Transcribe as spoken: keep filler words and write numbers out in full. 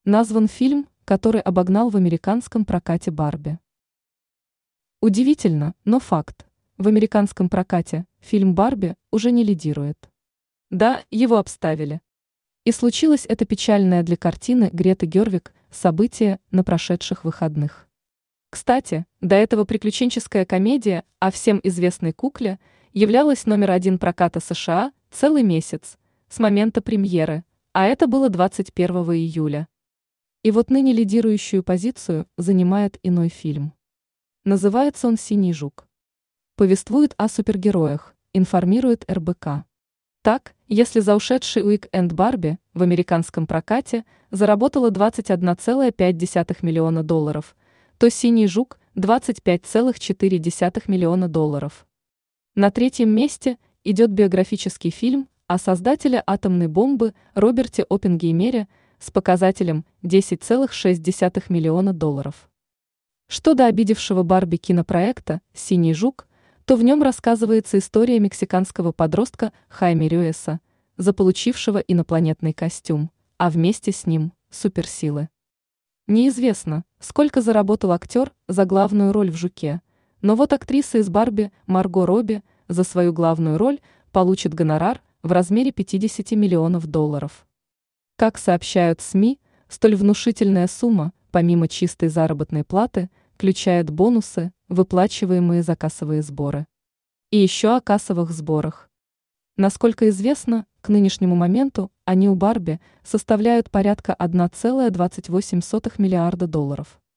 назван фильм, который обогнал в американском прокате «Барби». Удивительно, но факт. В американском прокате фильм «Барби» уже не лидирует. Да, его обставили. И случилось это печальное для картины Греты Гервиг событие на прошедших выходных. Кстати, до этого приключенческая комедия о всем известной кукле являлась номер один проката США целый месяц с момента премьеры, а это было двадцать первого июля. И вот ныне лидирующую позицию занимает иной фильм. Называется он «Синий жук». Повествует о супергероях, информирует эр бэ ка. Так, если за ушедший уик-энд Барби в американском прокате заработала двадцать одна целая пять десятых миллиона долларов, то «Синий жук» – двадцать пять целых четыре десятых миллиона долларов. На третьем месте идет биографический фильм о создателе атомной бомбы Роберте Оппенгеймере с показателем десять целых шесть десятых миллиона долларов. Что до обидевшего Барби кинопроекта «Синий жук», то в нем рассказывается история мексиканского подростка Хайме Рюэса, заполучившего инопланетный костюм, а вместе с ним – суперсилы. Неизвестно, сколько заработал актер за главную роль в «Жуке», но вот актриса из «Барби» Марго Робби за свою главную роль получит гонорар в размере пятьдесят миллионов долларов. Как сообщают СМИ, столь внушительная сумма, помимо чистой заработной платы, включает бонусы, выплачиваемые за кассовые сборы. И еще о кассовых сборах. Насколько известно, к нынешнему моменту они у Барби составляют порядка одна целая двадцать восемь сотых миллиарда долларов.